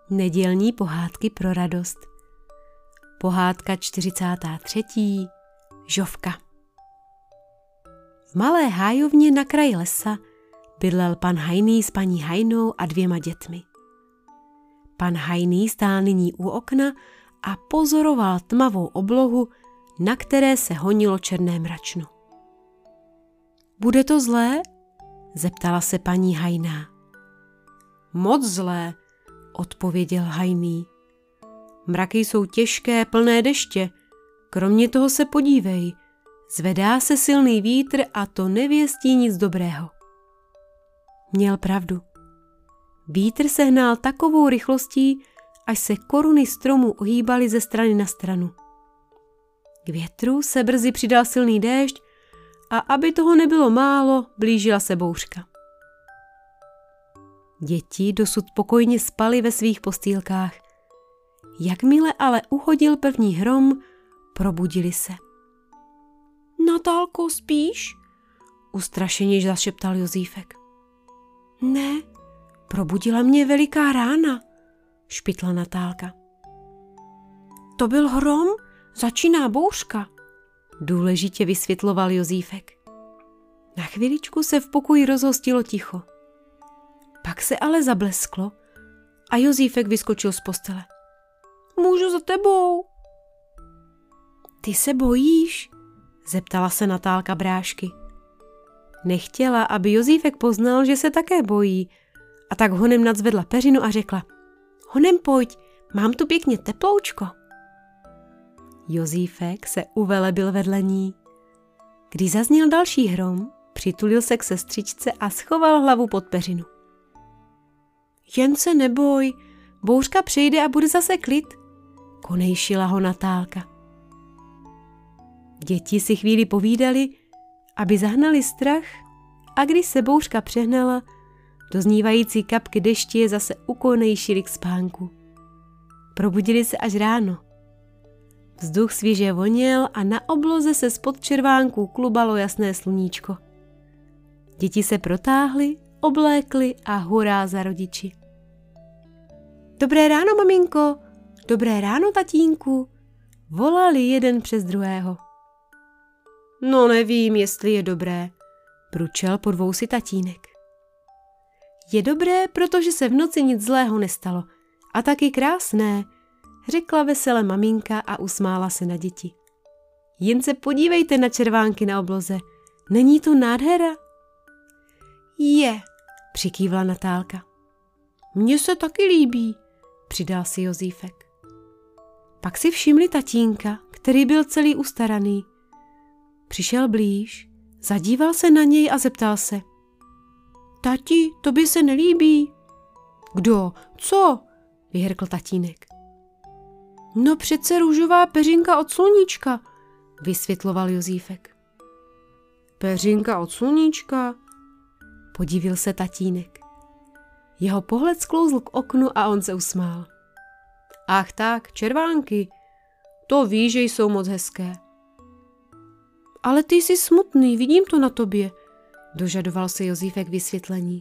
Nedělní pohádky pro radost. Pohádka 43. Žofka. V malé hájovně na kraji lesa bydlel pan Hajný s paní Hajnou a 2 dětmi. Pan Hajný stál nyní u okna a pozoroval tmavou oblohu, na které se honilo černé mračno. Bude to zlé? Zeptala se paní Hajná. Moc zlé, odpověděl Hajný. Mraky jsou těžké, plné deště. Kromě toho se podívej, zvedá se silný vítr a to nevěstí nic dobrého. Měl pravdu. Vítr se hnal takovou rychlostí, až se koruny stromů ohýbaly ze strany na stranu. K větru se brzy přidal silný déšť a aby toho nebylo málo, blížila se bouřka. Děti dosud pokojně spaly ve svých postýlkách. Jakmile ale uhodil první hrom, probudili se. Natálko, spíš? Ustrašeně zašeptal Jozífek. Ne, probudila mě veliká rána, špitla Natálka. To byl hrom? Začíná bouřka, důležitě vysvětloval Jozífek. Na chviličku se v pokoji rozhostilo ticho. Pak se ale zablesklo a Jozífek vyskočil z postele. Můžu za tebou? Ty se bojíš? Zeptala se Natálka brášky. Nechtěla, aby Jozífek poznal, že se také bojí, a tak honem nadzvedla peřinu a řekla: Honem pojď, mám tu pěkně teploučko. Jozífek se uvelebil vedle ní. Když zazněl další hrom, přitulil se k sestřičce a schoval hlavu pod peřinu. Jen se neboj, bouřka přejde a bude zase klid, konejšila ho Natálka. Děti si chvíli povídali, aby zahnali strach, a když se bouřka přehnala, doznívající kapky dešti je zase ukonejšily k spánku. Probudili se až ráno. Vzduch svěže voněl a na obloze se spod červánků klubalo jasné sluníčko. Děti se protáhly, oblékly a hurá za rodiči. Dobré ráno, maminko, dobré ráno, tatínku, volali jeden přes druhého. No nevím, jestli je dobré, pručel pod vousy tatínek. Je dobré, protože se v noci nic zlého nestalo a taky krásné, řekla vesele maminka a usmála se na děti. Jen se podívejte na červánky na obloze, není to nádhera? Je, přikývla Natálka. Mně se taky líbí, přidal si Jozífek. Pak si všimli tatínka, který byl celý ustaraný. Přišel blíž, zadíval se na něj a zeptal se. Tati, tobě se nelíbí? Kdo? Co? Vyhrkl tatínek. No přece růžová peřinka od sluníčka, vysvětloval Jozífek. Peřinka od sluníčka? Podivil se tatínek. Jeho pohled sklouzl k oknu a on se usmál. Ach tak, červánky, to víš, že jsou moc hezké. Ale ty jsi smutný, vidím to na tobě, dožadoval se Jozífek vysvětlení.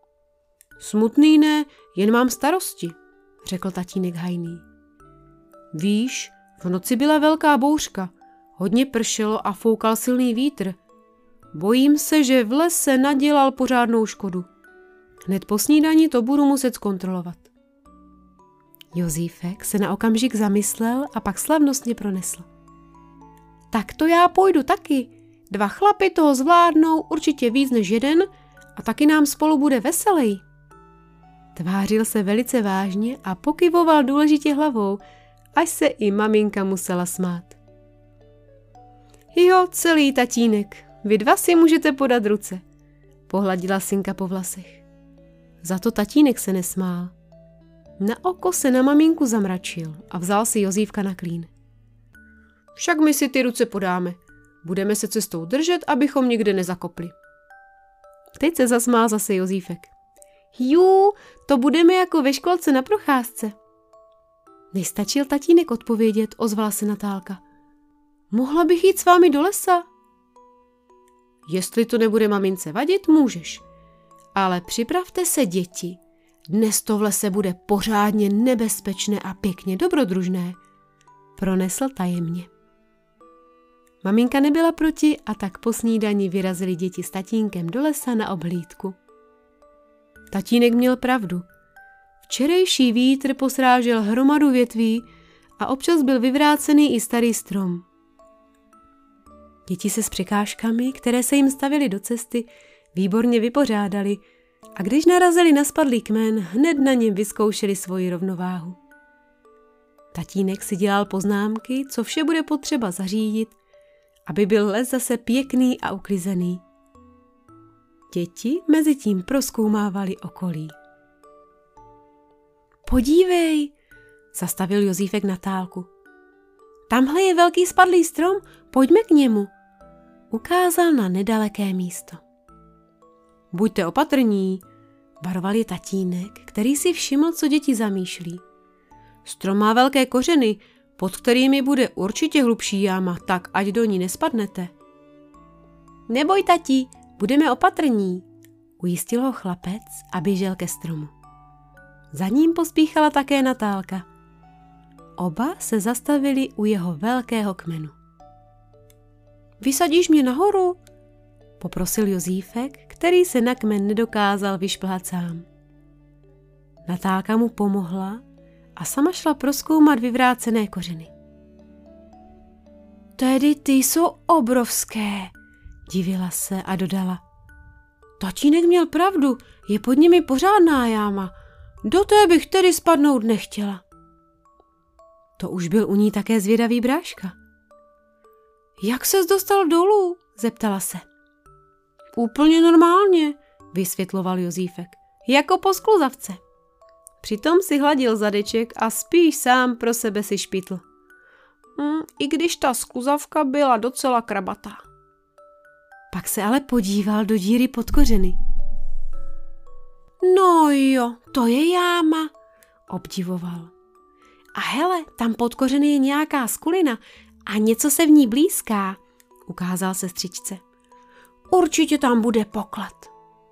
Smutný ne, jen mám starosti, řekl tatínek Hajný. Víš, v noci byla velká bouřka, hodně pršelo a foukal silný vítr. Bojím se, že v lese nadělal pořádnou škodu. Hned po snídani to budu muset zkontrolovat. Jozífek se na okamžik zamyslel a pak slavnostně pronesl. Tak to já půjdu taky. 2 chlapy toho zvládnou určitě víc než jeden a taky nám spolu bude veselej. Tvářil se velice vážně a pokyvoval důležitě hlavou, až se i maminka musela smát. Jo, celý tatínek, vy 2 si můžete podat ruce, pohladila synka po vlasech. Za to tatínek se nesmál. Na oko se na maminku zamračil a vzal si Jozífka na klín. Však my si ty ruce podáme. Budeme se cestou držet, abychom nikde nezakopli. Teď se zasmál zase Jozífek. Jú, to budeme jako ve školce na procházce. Nestačil tatínek odpovědět, ozvala se Natálka. Mohla bych jít s vámi do lesa? Jestli to nebude mamince vadit, můžeš. Ale připravte se, děti. Dnes to v lese bude pořádně nebezpečné a pěkně dobrodružné, pronesl tajemně. Maminka nebyla proti a tak po snídani vyrazili děti s tatínkem do lesa na obhlídku. Tatínek měl pravdu. Včerejší vítr posrážel hromadu větví a občas byl vyvrácený i starý strom. Děti se s překážkami, které se jim stavily do cesty, výborně vypořádali a když narazili na spadlý kmen, hned na něm vyzkoušeli svoji rovnováhu. Tatínek si dělal poznámky, co vše bude potřeba zařídit, aby byl les zase pěkný a uklizený. Děti mezitím prozkoumávali okolí. Podívej, zastavil Jozífek Natálku. Tamhle je velký spadlý strom, pojďme k němu. Ukázal na nedaleké místo. Buďte opatrní, varoval je tatínek, který si všiml, co děti zamýšlí. Strom má velké kořeny, pod kterými bude určitě hlubší jáma, tak ať do ní nespadnete. Neboj, tati, budeme opatrní, ujistil ho chlapec a běžel ke stromu. Za ním pospíchala také Natálka. Oba se zastavili u jeho velkého kmenu. Vysadíš mě nahoru? Poprosil Jozífek, který se na kmen nedokázal vyšplhat sám. Natálka mu pomohla a sama šla prozkoumat vyvrácené kořeny. Tedy ty jsou obrovské, divila se a dodala. Tatínek měl pravdu, je pod nimi pořádná jáma. Do té bych tedy spadnout nechtěla. To už byl u ní také zvědavý bráška. Jak ses dostal dolů? Zeptala se. Úplně normálně, vysvětloval Jozífek, jako po skluzavce. Přitom si hladil zadeček a spíš sám pro sebe si špitl. I když ta skluzavka byla docela krabatá. Pak se ale podíval do díry pod kořeny. No jo, to je jáma, obdivoval. A hele, tam pod kořeny je nějaká skulina a něco se v ní blízká, ukázal sestřičce. Určitě tam bude poklad.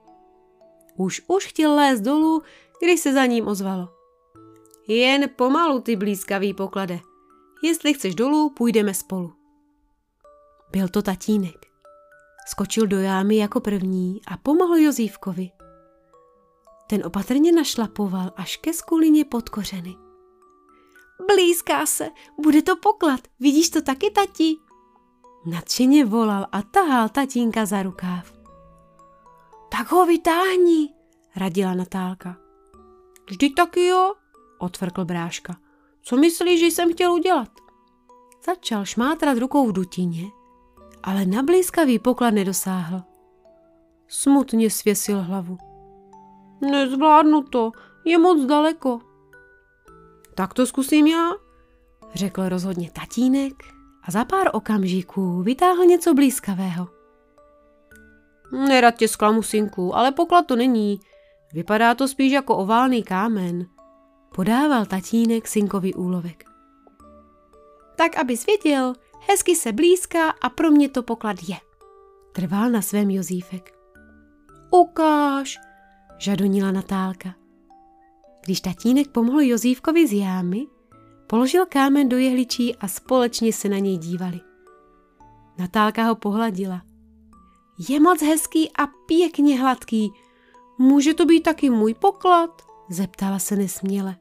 Už chtěl lézt dolů, když se za ním ozvalo. Jen pomalu, ty blízkavý poklade. Jestli chceš dolů, půjdeme spolu. Byl to tatínek. Skočil do jámy jako první a pomohl Jozífkovi. Ten opatrně našlapoval až ke skulině pod kořeny. Blízká se, bude to poklad, vidíš to taky, tati? Nadšeně volal a tahal tatínka za rukáv. Tak ho vytáhni, radila Natálka. Vždyť taky jo, odvrkl bráška. Co myslíš, že jsem chtěl udělat? Začal šmátrat rukou v dutině, ale na blízkavý poklad nedosáhl. Smutně svěsil hlavu. Nezvládnu to, je moc daleko. Tak to zkusím já, řekl rozhodně tatínek a za pár okamžiků vytáhl něco blízkavého. Nerad tě zklamu, synku, ale poklad to není. Vypadá to spíš jako oválný kámen, podával tatínek synkovi úlovek. Tak abys věděl, hezky se blízká a pro mě to poklad je, trval na svém Jozífek. Ukáž, žadonila Natálka. Když tatínek pomohl Jozífkovi z jámy, položil kámen do jehličí a společně se na něj dívali. Natálka ho pohladila. Je moc hezký a pěkně hladký. Může to být taky můj poklad? Zeptala se nesměle.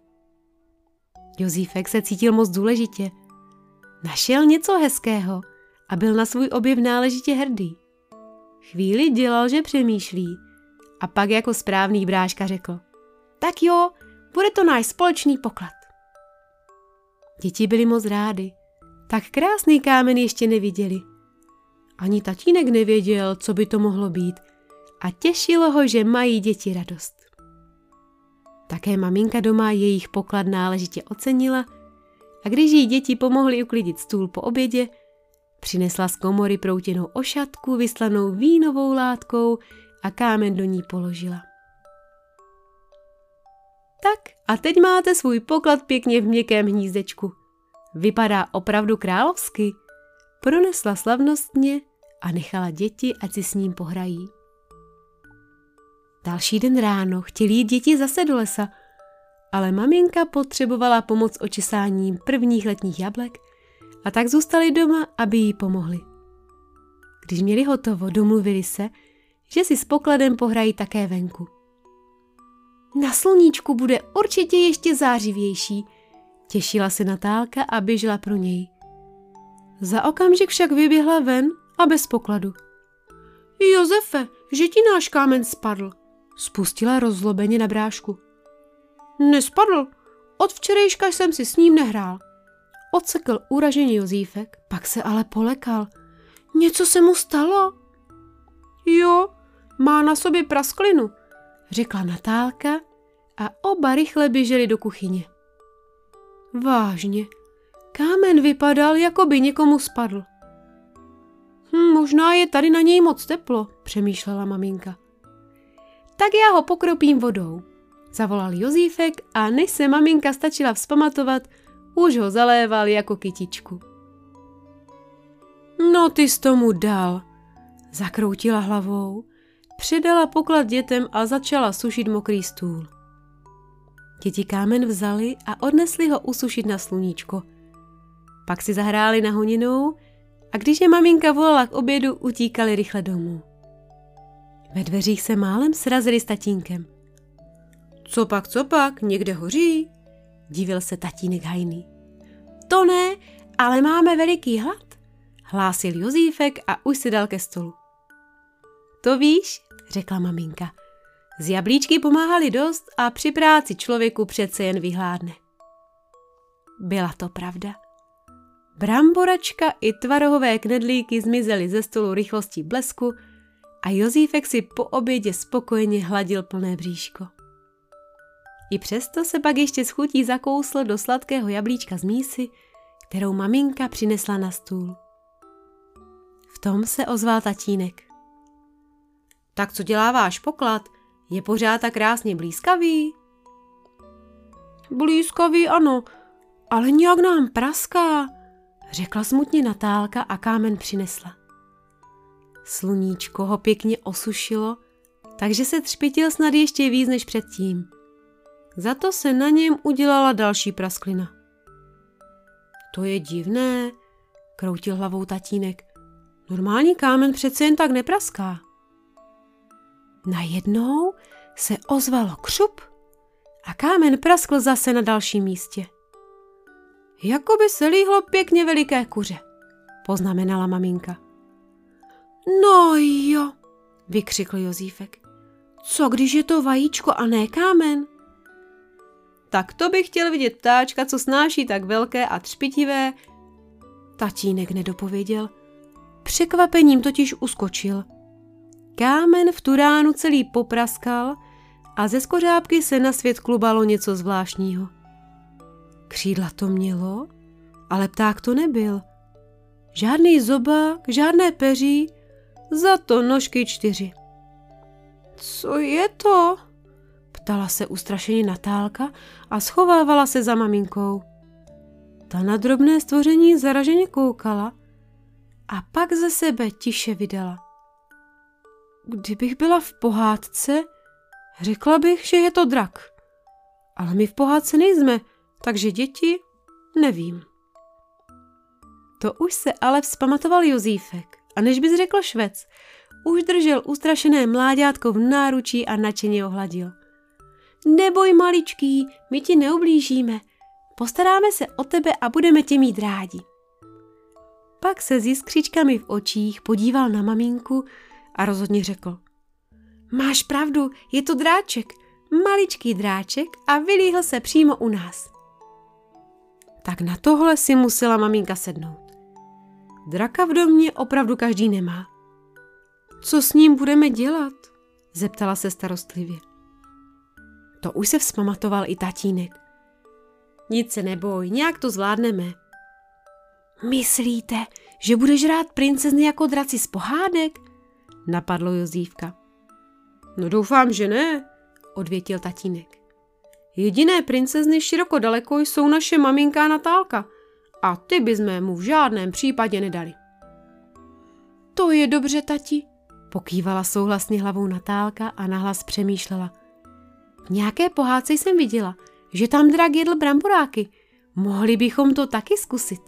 Jozífek se cítil moc důležitě. Našel něco hezkého a byl na svůj objev náležitě hrdý. Chvíli dělal, že přemýšlí a pak jako správný bráška řekl. Tak jo, bude to náš společný poklad. Děti byly moc rády. Tak krásný kámen ještě neviděli. Ani tatínek nevěděl, co by to mohlo být a těšilo ho, že mají děti radost. Také maminka doma jejich poklad náležitě ocenila a když jí děti pomohly uklidit stůl po obědě, přinesla z komory proutěnou ošatku vyslanou vínovou látkou a kámen do ní položila. Tak a teď máte svůj poklad pěkně v měkkém hnízdečku. Vypadá opravdu královsky, pronesla slavnostně a nechala děti, ať si s ním pohrají. Další den ráno chtěli jít děti zase do lesa, ale maminka potřebovala pomoc očesáním prvních letních jablek a tak zůstali doma, aby jí pomohli. Když měli hotovo, domluvili se, že si s pokladem pohrají také venku. Na sluníčku bude určitě ještě zářivější, těšila se Natálka a běžela pro něj. Za okamžik však vyběhla ven a bez pokladu. Josefe, že ti náš kámen spadl, spustila rozzlobeně na brášku. Nespadl, od včerejška jsem si s ním nehrál. Odsekl uražený Jozífek, pak se ale polekal. Něco se mu stalo? Jo, má na sobě prasklinu, řekla Natálka a oba rychle běželi do kuchyně. Vážně, kámen vypadal, jako by někomu spadl. Možná je tady na něj moc teplo, přemýšlela maminka. Tak já ho pokropím vodou, zavolal Jozífek a než se maminka stačila vzpamatovat, už ho zaléval jako kytičku. No ty jsi tomu dal, zakroutila hlavou, předala poklad dětem a začala sušit mokrý stůl. Děti kámen vzali a odnesli ho usušit na sluníčko. Pak si zahráli na honinou a když je maminka volala k obědu, utíkali rychle domů. Ve dveřích se málem srazili s tatínkem. Co pak, někde hoří? Divil se tatínek hajný. To ne, ale máme veliký hlad, hlásil Jozífek a už si dal ke stolu. To víš, řekla maminka. Z jablíčky pomáhali dost a při práci člověku přece jen vyhládne. Byla to pravda. Bramboračka i tvarohové knedlíky zmizely ze stolu rychlostí blesku a Jozífek si po obědě spokojeně hladil plné bříško. I přesto se pak ještě s chutí zakousl do sladkého jablíčka z mísy, kterou maminka přinesla na stůl. V tom se ozval tatínek. Tak co dělá váš poklad? Je pořád tak krásně blízkavý? Blízkavý ano, ale nějak nám praská, řekla smutně Natálka a kámen přinesla. Sluníčko ho pěkně osušilo, takže se třpitil snad ještě víc než předtím. Za to se na něm udělala další prasklina. To je divné, kroutil hlavou tatínek. Normální kámen přece jen tak nepraská. Najednou se ozvalo křup a kámen praskl zase na dalším místě. Jako by se líhlo pěkně veliké kuře, poznamenala maminka. No jo, vykřikl Jozífek. Co když je to vajíčko a ne kámen? Tak to bych chtěl vidět ptáčka, co snáší tak velké a třpitivé. Tatínek nedopověděl. Překvapením totiž uskočil. Kámen v tu ránu celý popraskal a ze skořápky se na svět klubalo něco zvláštního. Křídla to mělo, ale pták to nebyl. Žádný zobák, žádné peří, za to nožky 4. Co je to? Ptala se ustrašeně Natálka a schovávala se za maminkou. Ta na drobné stvoření zaraženě koukala a pak ze sebe tiše vydala. Kdybych byla v pohádce, řekla bych, že je to drak. Ale my v pohádce nejsme, takže děti, nevím. To už se ale vzpamatoval Jozífek a než bys řekl švec, už držel ustrašené mláďátko v náručí a nadšeně ohladil. Neboj, maličký, my ti neublížíme. Postaráme se o tebe a budeme tě mít rádi. Pak se s jiskřičkami v očích podíval na maminku a rozhodně řekl. Máš pravdu, je to dráček, maličký dráček a vylíhl se přímo u nás. Tak na tohle si musela maminka sednout. Draka v domě opravdu každý nemá. Co s ním budeme dělat? Zeptala se starostlivě. To už se vzpamatoval i tatínek. Nic se neboj, nějak to zvládneme. Myslíte, že budeš rád princezny jako draci z pohádek? Napadlo Jozífka. No doufám, že ne, odvětil tatínek. Jediné princezny široko daleko jsou naše maminka a Natálka a ty bychom mu v žádném případě nedali. To je dobře, tati, Pokývala souhlasně hlavou Natálka a nahlas přemýšlela. V nějaké pohádce jsem viděla, že tam drak jedl bramboráky. Mohli bychom to taky zkusit.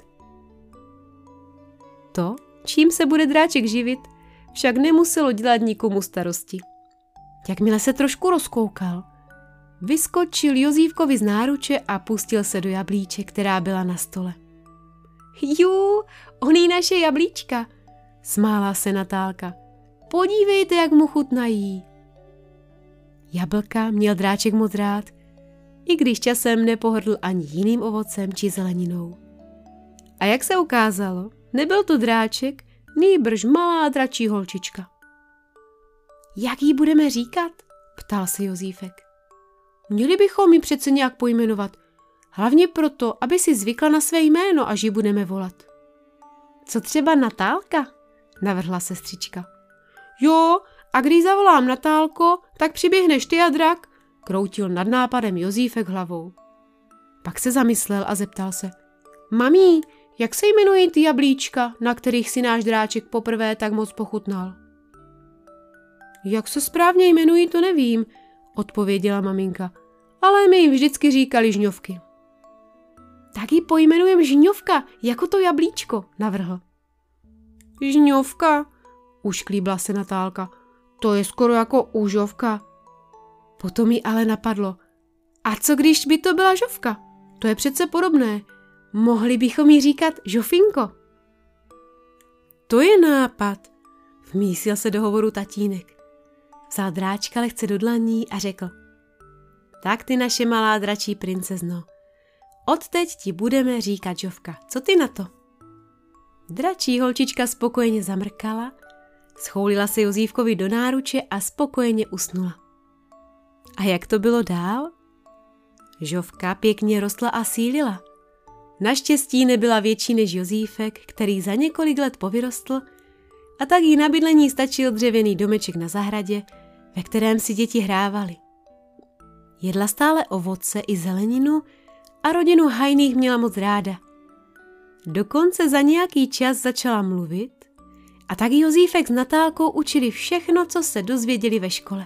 To, čím se bude dráček živit, však nemuselo dělat nikomu starosti. Jakmile se trošku rozkoukal, vyskočil Jozífkovi z náruče a pustil se do jablíček, která byla na stole. Jú, oný naše jablíčka, smála se Natálka. Podívejte, jak mu chutnají. Jablka měl dráček moc rád, i když časem nepohrdl ani jiným ovocem či zeleninou. A jak se ukázalo, nebyl to dráček, nýbrž malá dračí holčička. Jak jí budeme říkat? Ptal se Jozífek. Měli bychom ji přece nějak pojmenovat, hlavně proto, aby si zvykla na své jméno, až ji budeme volat. Co třeba Natálka? Navrhla sestřička. Jo, a když zavolám Natálko, tak přiběhneš ty a drak, kroutil nad nápadem Jozífek hlavou. Pak se zamyslel a zeptal se. Mamí, jak se jmenují ty jablíčka, na kterých si náš dráček poprvé tak moc pochutnal? Jak se správně jmenují, to nevím, odpověděla maminka, ale my jim vždycky říkali žňovky. Tak ji pojmenujem Žňovka, jako to jablíčko, navrhl. Žňovka, ušklíbla se Natálka, to je skoro jako užovka. Potom jí ale napadlo, a co když by to byla žovka? To je přece podobné. Mohli bychom jí říkat Žofinko. To je nápad, vmísil se do hovoru tatínek. Vzal dráčka lehce do dlaní a řekl. Tak ty naše malá dračí princezno, odteď ti budeme říkat Žovka. Co ty na to? Dračí holčička spokojeně zamrkala, schoulila se Jozífkovi do náruče a spokojeně usnula. A jak to bylo dál? Žovka pěkně rostla a sílila. Naštěstí nebyla větší než Jozífek, který za několik let povyrostl, a tak jí na bydlení stačil dřevěný domeček na zahradě, ve kterém si děti hrávali. Jedla stále ovoce i zeleninu a rodinu hajných měla moc ráda. Dokonce za nějaký čas začala mluvit a tak Jozífek s Natálkou učili všechno, co se dozvěděli ve škole.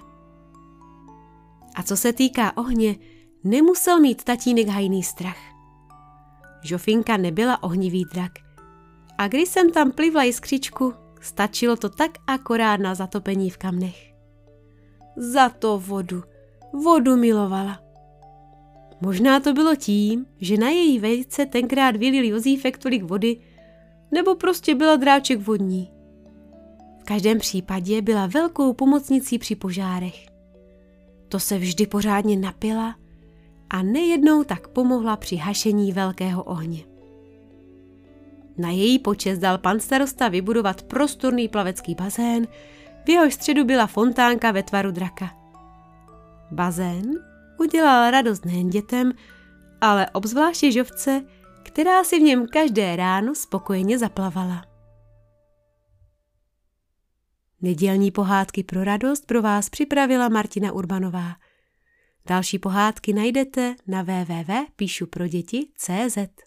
A co se týká ohně, nemusel mít tatínek hajný strach. Žofinka nebyla ohnivý drak a když jsem tam plivla jiskřičku, stačilo to tak akorát na zatopení v kamnech. Za to vodu milovala. Možná to bylo tím, že na její vejce tenkrát vylil Jozífek tolik vody, nebo prostě byla dráček vodní. V každém případě byla velkou pomocnicí při požárech. To se vždy pořádně napila a nejednou tak pomohla při hašení velkého ohně. Na její počest dal pan starosta vybudovat prostorný plavecký bazén, v jehož středu byla fontánka ve tvaru draka. Bazén udělal radost nejen dětem, ale obzvláště Žovce, která si v něm každé ráno spokojeně zaplavala. Nedělní pohádky pro radost pro vás připravila Martina Urbanová. Další pohádky najdete na www.píšuproděti.cz.